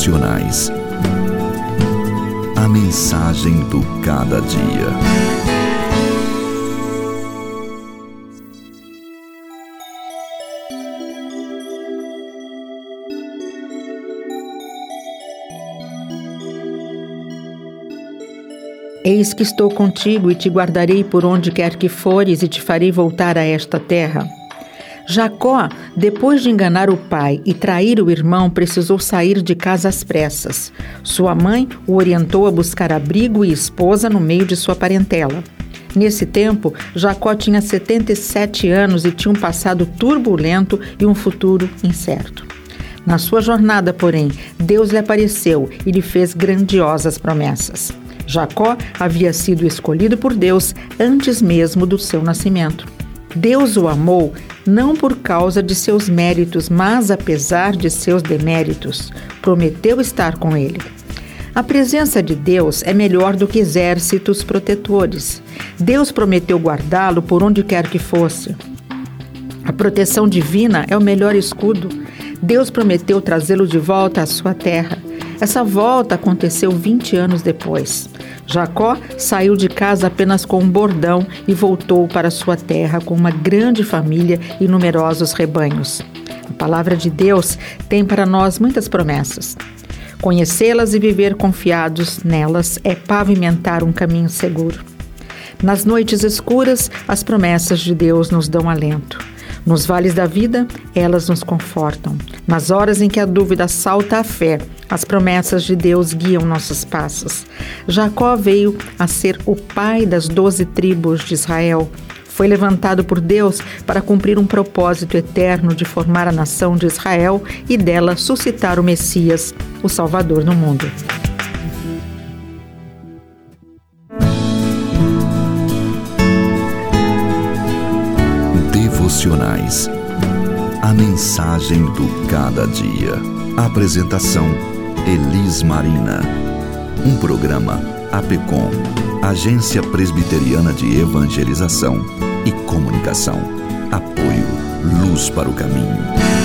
Devocionais. A mensagem do cada dia. Eis que estou contigo e te guardarei por onde quer que fores e te farei voltar a esta terra. Jacó, depois de enganar o pai e trair o irmão, precisou sair de casa às pressas. Sua mãe o orientou a buscar abrigo e esposa no meio de sua parentela. Nesse tempo, Jacó tinha 77 anos e tinha um passado turbulento e um futuro incerto. Na sua jornada, porém, Deus lhe apareceu e lhe fez grandiosas promessas. Jacó havia sido escolhido por Deus antes mesmo do seu nascimento. Deus o amou não por causa de seus méritos, mas apesar de seus deméritos. Prometeu estar com ele. A presença de Deus é melhor do que exércitos protetores. Deus prometeu guardá-lo por onde quer que fosse. A proteção divina é o melhor escudo. Deus prometeu trazê-lo de volta à sua terra. Essa volta aconteceu 20 anos depois. Jacó saiu de casa apenas com um bordão e voltou para sua terra com uma grande família e numerosos rebanhos. A palavra de Deus tem para nós muitas promessas. Conhecê-las e viver confiados nelas é pavimentar um caminho seguro. Nas noites escuras, as promessas de Deus nos dão alento. Nos vales da vida, elas nos confortam. Nas horas em que a dúvida assalta a fé, as promessas de Deus guiam nossos passos. Jacó veio a ser o pai das 12 tribos de Israel. Foi levantado por Deus para cumprir um propósito eterno de formar a nação de Israel e dela suscitar o Messias, o Salvador do mundo. Devocionais. A mensagem do cada dia. Apresentação: Elis Marina. Um programa APECOM, Agência Presbiteriana de Evangelização e Comunicação. Apoio Luz para o Caminho.